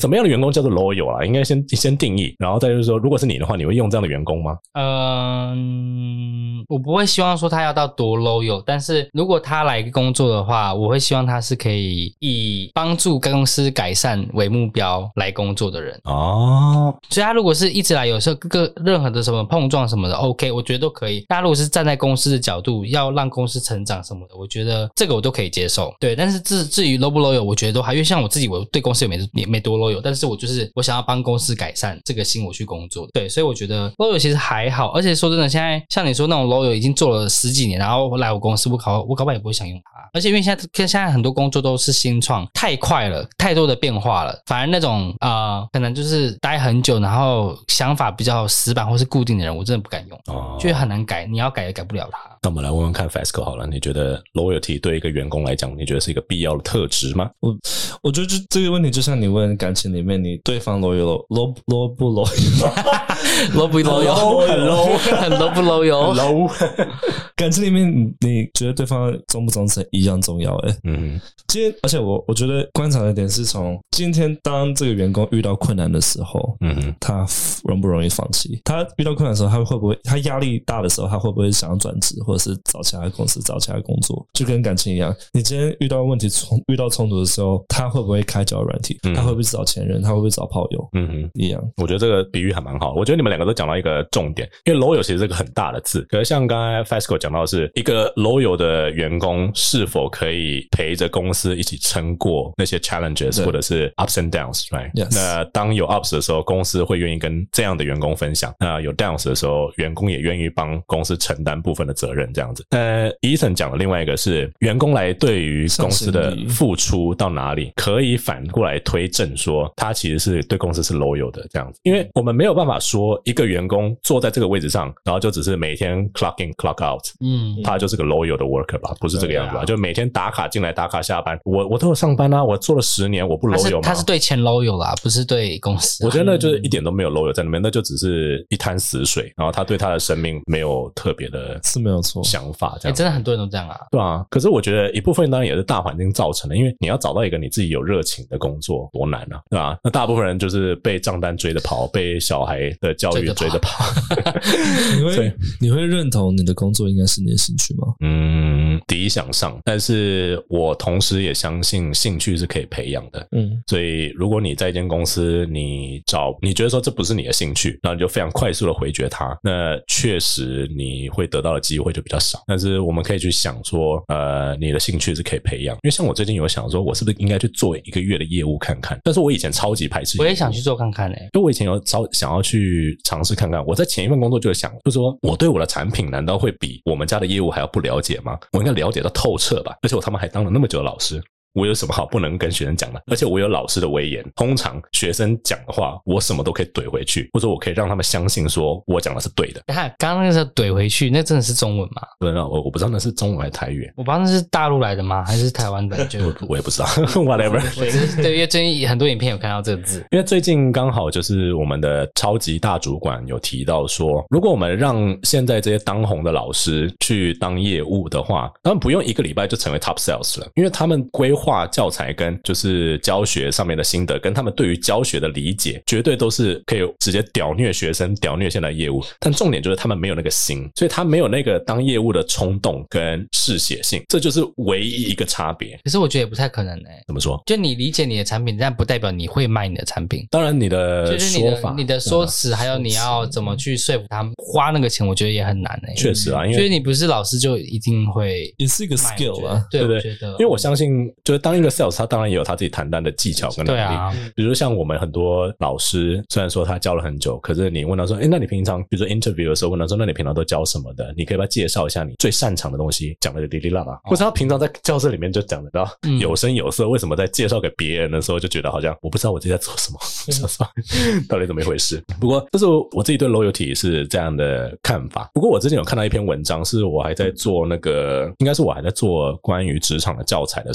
怎么样的员工叫做 loyal 啦？应该先定义，然后再就是说，如果是你的话，你会用这样的员工吗？ 我不会希望说他要到多 loyal， 但是如果他来工作的话，我会希望他是可以以帮助公司改善为目标来工作的人。 哦， 所以他如果是一直来，有时候任何的什么碰撞什么的 OK， 我觉得都可以。大家如果是站在公司的角度，要让公司成长什么的，我觉得这个我都可以接受。对，但是至于 low 不 loyal， 我觉得都还，因为像我自己，我对公司也没多 loyal， 但是我想要帮公司改善这个心，我去工作。对，所以我觉得 loyal 其实还好，而且说真的，现在像你说那种 loyal 已经做了10几年，然后来我公司，我搞不好也不会想用他。而且因为现在很多工作都是新创，太快了，太多的变化了，反而那种可能就是待很久，然后想法比较死板或是固定的人，我真的不敢用，觉得很难改，你要改也改不了他。 那我们来问问看 Fasco 好了，你觉得 loyalty 对一个员工来讲，你觉得是一个必要的特质吗？ 我觉得这个问题就像你问感情里面，你对方 low 不 low low 不 low 很 low 不 low low 感情里面你觉得对方忠不忠诚一样重要而且我觉得观察的点是从今天当这个员工遇到困难的时候，他容不容易放弃？他遇到困难的时候，他会不会他压力大的时候，他会不会想要转职，或者是找其他公司找其他工作？就跟感情一样，你今天遇到问题遇到冲突的时候，他会不会开交友软体？他会不会找前任？他会不会找炮友？一样。 我觉得这个比喻还蛮好。我觉得你们两个都讲到一个重点，因为 loyal 其实是个很大的字，可是像刚才 Fasco 讲到的是一个 loyal 的员工是否可以陪着公司一起撑过那些 challenges 或者是 ups and downs， right？ Yes. 那当有 ups 的时候，公司会愿意跟这样的员工分享；那有 downs 的时候，员工也愿意帮公司承担部分的责任，这样子。Ethan 讲的另外一个是员工来对于公司的付出到哪里，可以反过来推证说他其实是对公司是 loyal 的这样子。因为我们没有办法说一个员工坐在这个位置上，然后就只是每天 clock in clock out，他就是个 loyal 的 worker 吧？不是这个样子吧？就每天打卡进来打卡下班，我都有上班啊，我做了10年，我不 loyal 吗？ 他是对钱 loyal 啦，不是对公司。 我觉得那就是一点都没有 loyal 在那边，那就只是一滩死水，然后他对他的生命没有特别的是没有错想法，这样真的很多人都这样啊， 对啊。可是我觉得一部分当然也是大环境造成的，因为你要找到一个你自己有热情的工作多难啊，对吧？那大部分人就是被账单追着跑，被小孩的教育追着跑。 你会认同你的工作应该是你的兴趣吗？ 理想上，但是我同时也相信兴趣是可以培养的。所以如果你在一间公司，你觉得说这不是你的兴趣，然后你就非常快速的回绝它，那确实你会得到的机会就比较少。但是我们可以去想说，你的兴趣是可以培养。因为像我最近有想说，我是不是应该去做1个月的业务看看？但是我以前超级排斥业务， 我也想去做看看因为我以前有想要去尝试看看。我在前一份工作就想，就是说我对我的产品难道会比我们家的业务还要不了解吗？我应该了解到透彻吧。而且我他妈还当了那么久的老师，我有什么好不能跟学生讲的？而且我有老师的威严，通常学生讲的话我什么都可以怼回去，或者我可以让他们相信说我讲的是对的。 看刚刚那个是怼回去，那真的是中文吗？ 对，我不知道那是中文还是台语， 我不知道那是大陆来的吗还是台湾的，就我也不知道whatever 对，因为最近很多影片有看到这个字， 因为最近刚好就是我们的超级大主管有提到说，如果我们让现在这些当红的老师去当业务的话，他们不用1个礼拜就成为 top sales 了，因为他们规划教材跟就是教学上面的心得，跟他们对于教学的理解，绝对都是可以直接屌虐学生，屌虐现在的业务。但重点就是他们没有那个心，所以他没有那个当业务的冲动跟嗜血性，这就是唯一一个差别。 可是我觉得也不太可能怎么说？ 就你理解你的产品，但不代表你会卖你的产品。 当然你的说法， 你的说辞，还有你要怎么去说服他们花那个钱，我觉得也很难确实啊，因为所以你不是老师就一定会， 也是一个 skill 啊， 对对对，因为我相信就是当一个 sales， 他当然也有他自己谈单的技巧跟能力。比如说像我们很多老师，虽然说他教了很久，可是你问他说，那你平常比如说 interview 的时候问他说，那你平常都教什么的？你可以把他介绍一下你最擅长的东西，讲的哩哩啦啦。或者他平常在教室里面就讲得到有声有色，为什么在介绍给别人的时候就觉得好像我不知道我自己在做什么到底怎么一回事？不过这是我自己对 loyalty 是这样的看法。不过我之前有看到一篇文章，是我还在做应该是我还在做关于职场的教材的时候，有一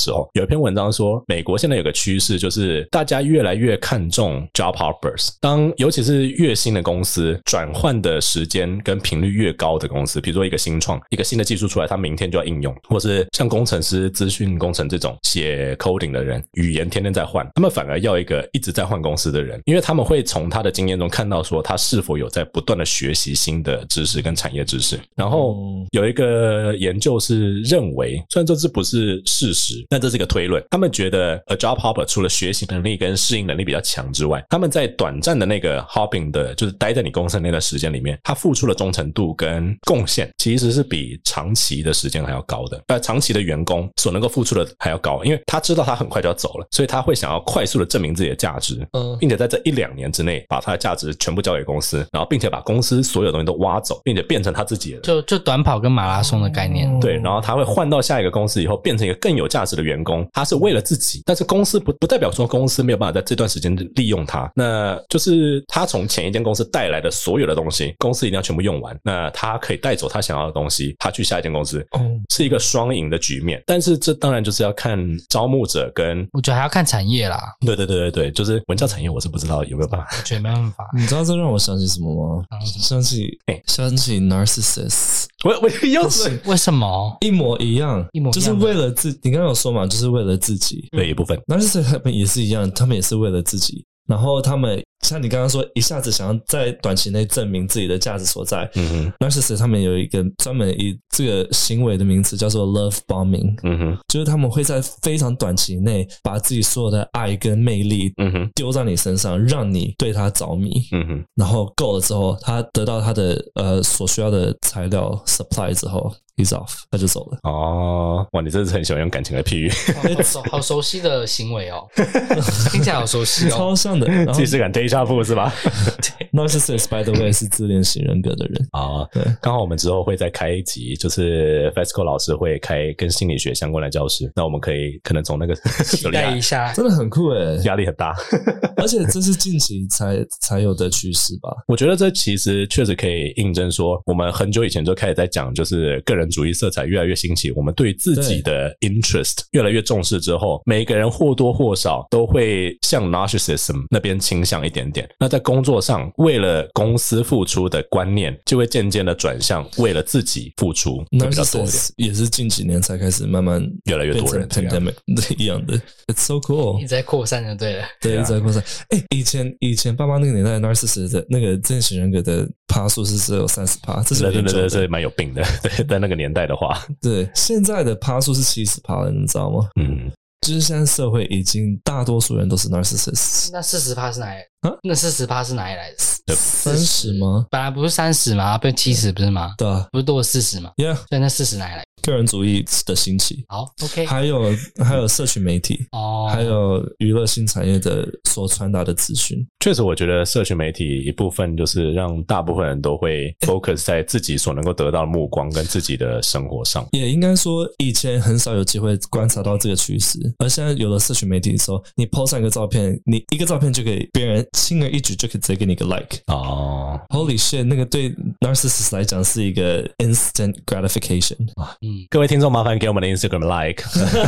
篇文章说，美国现在有个趋势，就是大家越来越看重 job hoppers， 尤其是越新的公司转换的时间跟频率越高的公司，比如说一个新的技术出来，它明天就要应用，或是像工程师、资讯工程这种写 coding 的人，语言天天在换，他们反而要一个一直在换公司的人，因为他们会从他的经验中看到说他是否有在不断的学习新的知识跟产业知识。然后有一个研究是认为，虽然这不是事实，但这是一个推论，他们觉得 a job hopper 除了学习能力跟适应能力比较强之外，他们在短暂的那个 hopping 的就是待在你公司的那段时间里面，他付出的忠诚度跟贡献其实是比长期的时间还要高的，长期的员工所能够付出的还要高，因为他知道他很快就要走了，所以他会想要快速的证明自己的价值，并且在这1-2年之内把他的价值全部交给公司，然后并且把公司所有东西都挖走，并且变成他自己的， 就短跑跟马拉松的概念。 对，然后他会换到下一个公司以后变成一个更有价值的员工，他是为了自己，但是公司不代表说公司没有办法在这段时间利用他，那就是他从前一间公司带来的所有的东西，公司一定要全部用完，那他可以带走他想要的东西，他去下一间公司，是一个双赢的局面。但是这当然就是要看招募者跟我觉得还要看产业啦。 对，就是文教产业我是不知道有没有办法， 我觉得没办法。 你知道这让我想起什么吗？想起 narcissist。 我又是为什么一模一样，就是为了你刚刚有说嘛，就是为了自己。 对，一部分 narcissist 他们也是一样，他们也是为了自己。然后他们像你刚刚说，一下子想要在短期内证明自己的价值所在。narcissist 他们有一个专门以这个行为的名词叫做 love bombing。就是他们会在非常短期内把自己所有的爱跟魅力丢在你身上，让你对他着迷。然后够了之后，他得到他的所需要的材料 supply 之后，he's off， 他就走了。 哦，哇，你真是很喜欢用感情来譬喻， 好熟悉的行为哦，听起来好熟悉哦， 超像的。 既视感 deja vu 是吧 ？Narcissist by the way 是自恋型人格的人啊。对，刚好我们之后会再开一集，就是 FESCO 老师会开跟心理学相关的教室，那我们可能从那个期待一下， 真的很酷诶， 压力很大， 而且这是近期才有的趋势吧？ 我觉得这其实确实可以印证说，我们很久以前就开始在讲，就是个人主义色彩越来越兴起，我们对自己的 interest 越来越重视之后，每个人或多或少都会向 narcissism 那边倾向一点点。那在工作上，为了公司付出的观念，就会渐渐的转向为了自己付出，比较多一点。 也是近几年才开始慢慢越来越多人 pandemic 一样的 ，it's so cool， 一直在扩散就对了， 对，一直在扩散。以前爸妈那个年代 narcissist 的那个自恋型人格的趴数是只有30%，这是有点久的， 对，蛮有病的。对，在那个年代的话， 对，现在的趴数是70%了，你知道吗？就是现在社会已经大多数人都是 narcissist。 那40%是哪里？那40%是哪里来的 ？30吗？ 本来不是30吗？变70不是吗？ 对啊， 不是多了40吗 ？Yeah， 所以那40哪里来？ 个人主义的兴起。 好 ，OK。 还有社群媒体还有娱乐性产业的所传达的资讯。 确实，我觉得社群媒体一部分就是让大部分人都会 focus 在自己所能够得到的目光跟自己的生活上。 也应该说，以前很少有机会观察到这个趋势，而现在有了社群媒体的时候，你 po 上一个照片，你一个照片就可以，别人轻而易举就可以直接给你一个 like。Holy shit， 那个对 narcissist 来讲是一个 instant gratification。 各位听众，麻烦给我们的 Instagram like。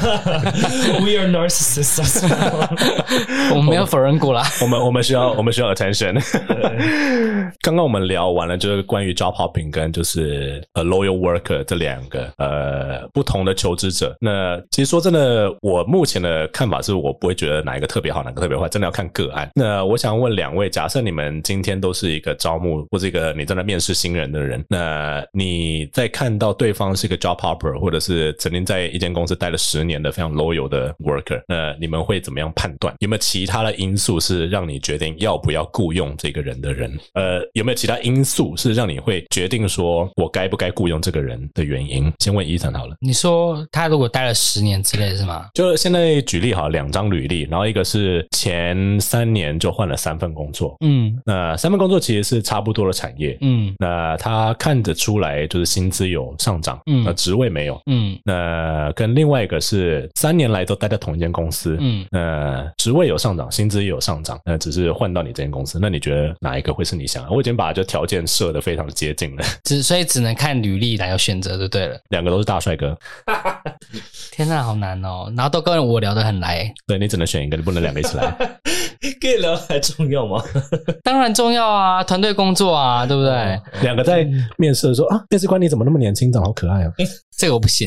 We are narcissists。 我们没有否认过啦。 我们需要 attention。刚刚我们聊完了，就是关于 job hopping 跟就是loyal worker 这两个不同的求职者。那其实说真的，我目前的看法是我不会觉得哪一个特别好，哪个特别坏，真的要看个案。那我想问两位，假设你们今天都是一个招募或者一个你正在面试新人的人，那你在看到对方是一个 job hopper， 或者是曾经在一间公司待了10年的非常 loyal 的 worker， 那你们会怎么样判断？有没有其他的因素是让你决定要不要雇佣这个人的人？有没有其他因素是让你会决定说我该不该雇佣这个人的原因？先问Ethan好了。 你说他如果待了10年之类是吗？ 就现在举例好，2张履历，然后一个是前3年就换了3份工作，那3份工作其实是差不多的产业，那那他看得出来就是薪资有上涨，职位没有，那跟另外一个是3年来都待在同一间公司，职位有上涨，薪资也有上涨，那只是换到你这间公司，那你觉得哪一个会是你想要？我已经把就条件设得非常接近了， 所以只能看履历来有选择就对了。 2个都是大帅哥， 天哪，好难哦！然后都跟我聊得很来， 对你只能选一个，你不能2个一起来。 跟你聊还重要吗？ 当然重要啊，团队工作啊，对不对 ？2个在面试的时候面试官你怎么那么年轻，长得好可爱哦。 这个我不行。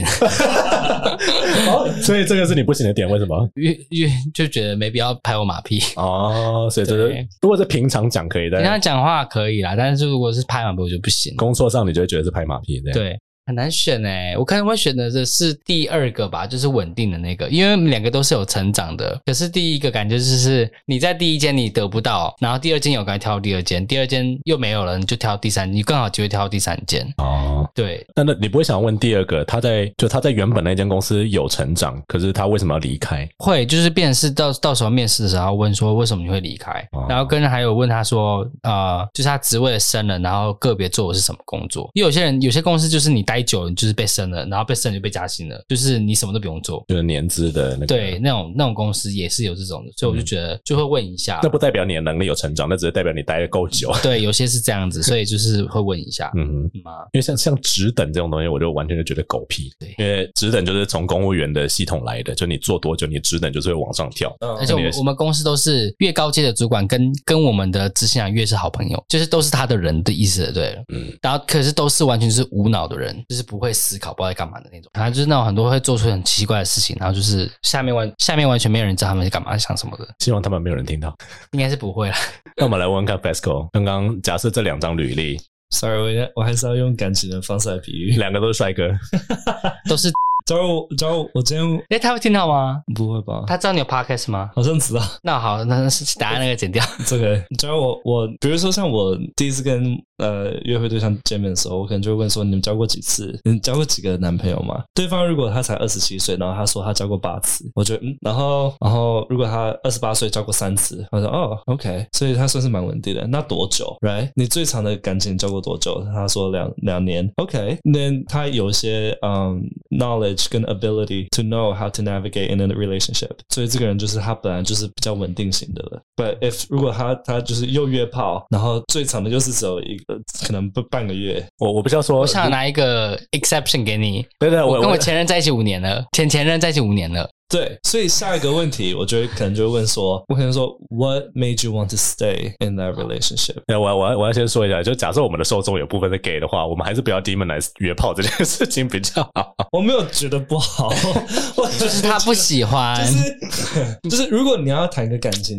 所以这个是你不行的点，为什么？ 因为就觉得没必要拍我马屁所以这是如果是平常讲可以， 平常讲话可以啦，但是如果是拍马屁我就不行。 工作上你就会觉得是拍马屁， 对。很难选我可能会选的是第2个吧，就是稳定的那个，因为2个都是有成长的。可是第一个感觉就是你在第1间你得不到，然后第2间有赶快跳第2间，第2间又没有了，你就跳第3，你更好机会跳第3间。对。那你不会想问第2个，他在原本那间公司有成长，可是他为什么要离开？ 会，就是变成是到时候面试的时候问说为什么你会离开，然后跟还有问他说就是他职位的升了，然后个别做的是什么工作。因为有些公司就是你待久了你就是被升了，然后被升就被加薪了，就是你什么都不用做， 就是年资的那个。 对，那种公司也是有这种的，所以我就觉得就会问一下。 那不代表你的能力有成长，那只是代表你待得够久。 对，有些是这样子，所以就是会问一下。 因为像职等这种东西，我就完全就觉得狗屁。 对， 因为职等就是从公务员的系统来的，就你做多久，你职等就是会往上跳。 而且我们公司都是越高阶的主管跟我们的执行长越是好朋友，就是都是他的人的意思，对了。然后可是都是完全是无脑的人，就是不会思考不知道在干嘛的那种，然后就是那种很多会做出很奇怪的事情，然后就是下面完全没有人知道他们在干嘛想什么的。 希望他们没有人听到， 应该是不会啦。 那我们来问看 Fesco， 刚刚假设这2张履历 ，Sorry， 我还是要用感情的方式来比喻 ，2个都是帅哥， 都是。 假如我今天他会听到吗？ 不会吧？ 他知道你有 podcast 吗？ 好像知道。 那好，那是答案那个剪掉。 这个，假如我比如说像我第一次跟约会对象见面的时候，我可能就会问说你们交过几次？你交过几个男朋友吗？对方如果他才27岁，然后他说他交过8次，我觉得然后如果他28岁交过3次，我说OK， 所以他算是蛮稳定的。那多久 ？Right？ 你最长的感情交过多久？他说两年。OK， 那他有一些knowledge 跟 ability to know how to navigate in a relationship， 所以这个人就是他本来就是比较稳定型的了。But if 如果他就是又约炮，然后最长的就是只有可能半个月。 我不是要说， 我想拿一个 exception 给你。 对， 我跟我前任在一起5年了，前任在一起5年了。 对，所以下一个问题，我觉得可能就会问说，我可能说 ，What made you want to stay in that relationship？ 我要先说一下，就假设我们的受众有部分是 gay 的话，我们还是不要demonize约炮这件事情比较好。 我没有觉得不好， 就是他不喜欢， 就是如果你要谈一个感情，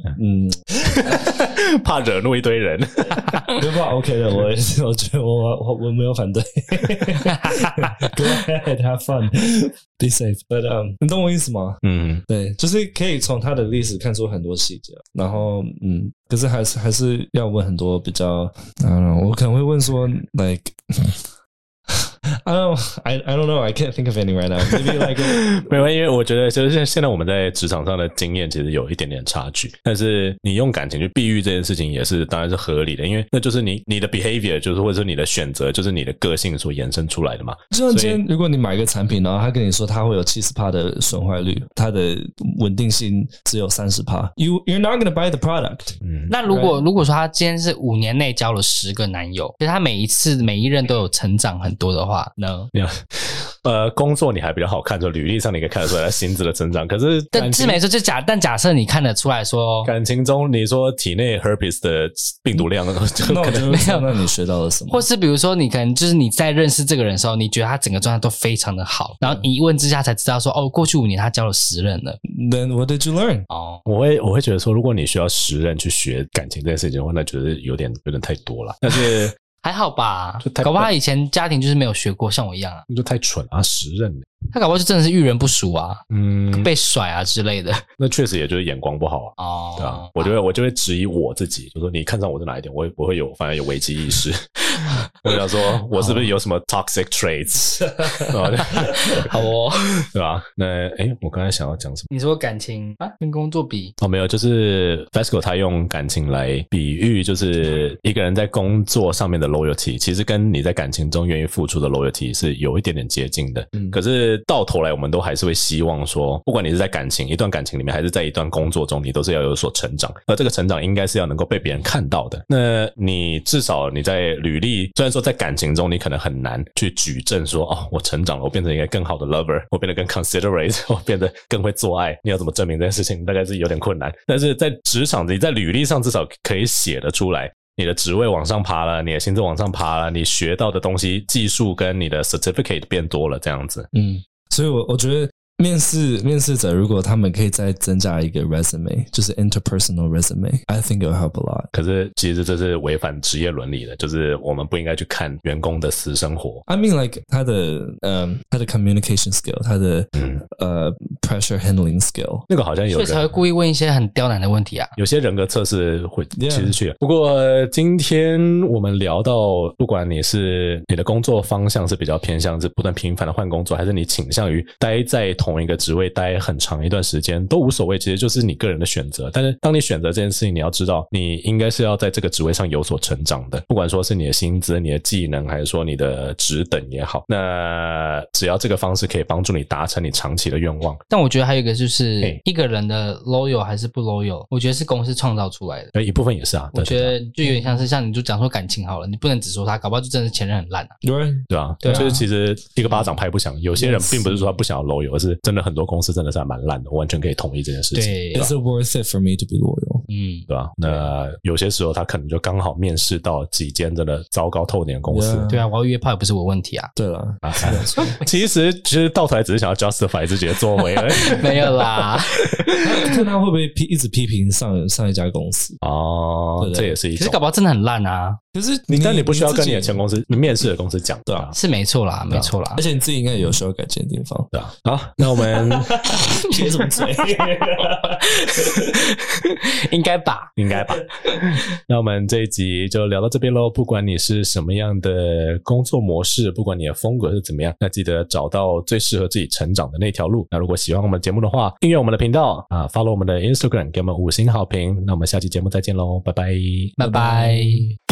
怕惹怒一堆人， 约炮 OK 的，我觉得我没有反对。Go ahead, have fun, be safe. But 你懂我意思吗？对，就是可以从他的历史看出很多细节，然后可是还是要问很多比较，我可能会问说 like I don't know. I can't think of any right now. Maybe like 没有，因为我觉得就是现在我们在职场上的经验其实有一点点差距，但是你用感情去比喻这件事情也是当然是合理的，因为那就是你的 behavior 就是或者是你的选择就是你的个性所延伸出来的嘛。 就像今天如果你买一个产品，然后他跟你说他会有 70% 的损坏率，它的稳定性只有 30%， you're not going to buy the product。 那如果说他今天是5年内交了10个男友，就是他每一任都有成长很多的话呢？ 工作你还比较好看，就履历上你可以看得出来他薪资的增长。可是但是没错，但假设你看得出来说， 感情中你说体内 herpes 的病毒量，就可能没有。那你学到了什么？ 或是比如说你可能就是你在认识这个人的时候，你觉得他整个状态都非常的好，然后你一问之下才知道说，过去5年他交了10任了。 Then what did you learn？ 我会觉得说，如果你需要10任去学感情这件事情的话，那觉得有点太多了。但是还好吧，搞不好他以前家庭就是没有学过，像我一样啊。 就太蠢啊，10任他搞不好就真的是遇人不淑啊，被甩啊之类的。 那确实也就是眼光不好啊。哦，对啊，我就会质疑我自己，就说你看上我是哪一点，我会有反而有危机意识。我想说，我是不是有什么 toxic traits？ 好哦， 对吧？那我刚才想要讲什么？ 你说感情啊，跟工作比？ 没有，就是 Fesco 他用感情来比喻，就是一个人在工作上面的 loyalty， 其实跟你在感情中愿意付出的 loyalty 是有一点点接近的。可是到头来，我们都还是会希望说，不管你是在一段感情里面，还是在一段工作中，你都是要有所成长，而这个成长应该是要能够被别人看到的。那你至少你在履历，虽然说在感情中你可能很难去举证说，我成长了，我变成一个更好的 lover， 我变得更 considerate， 我变得更会做爱，你要怎么证明这件事情大概是有点困难。但是在职场，你在履历上至少可以写得出来，你的职位往上爬了，你的薪资往上爬了，你学到的东西技术跟你的 certificate 变多了，这样子。 所以我觉得面试者如果他们可以再增加一个 resume， 就是 interpersonal resume，I think it will help a lot。 可是其实这是违反职业伦理的，就是我们不应该去看员工的私生活。 I mean like 他的 communication skill， 他的pressure handling skill， 那个好像有人所以才会故意问一些很刁难的问题啊。 有些人格测试会其实去。不过今天我们聊到，不管你的工作方向是比较偏向是不断频繁的换工作，还是你倾向于待在同一个职位待很长一段时间，都无所谓，其实就是你个人的选择。但是当你选择这件事情，你要知道你应该是要在这个职位上有所成长的，不管说是你的薪资、你的技能，还是说你的职等也好，那只要这个方式可以帮助你达成你长期的愿望。 但我觉得还有一个就是一个人的 loyal 还是不 loyal， 我觉得是公司创造出来的。 一部分也是啊， 我觉得就有点像你就讲说感情好了，你不能只说他，搞不好就真的是前任很烂啊。 对啊，就是其实一个巴掌拍不响，有些人并不是说他不想要 loyal， 而是真的很多公司真的是还蛮烂的，我完全可以同意这件事情。 对 ，Is it worth it for me to be loyal？ 对吧？那有些时候他可能就刚好面试到几间真的糟糕透顶的公司。 对啊，我要约炮也不是我问题啊。 对了， 其实到头来只是想要 justify 自己的作为而已。 没有啦， 看他会不会一直批评上一家公司哦，这也是一种。 可是搞不好真的很烂啊。 可是但你不需要跟你的前公司、你面试的公司讲，对啊， 是没错啦，没错啦。 而且你自己应该有需要改进的地方， 对啊。好，那我们撇什么嘴？ 应该吧。 那我们这一集就聊到这边咯。不管你是什么样的工作模式，不管你的风格是怎么样，那记得找到最适合自己成长的那条路。那如果喜欢我们节目的话，订阅我们的频道啊 ，follow 我们的 Instagram， 给我们5星好评。那我们下期节目再见咯，拜拜， 拜拜。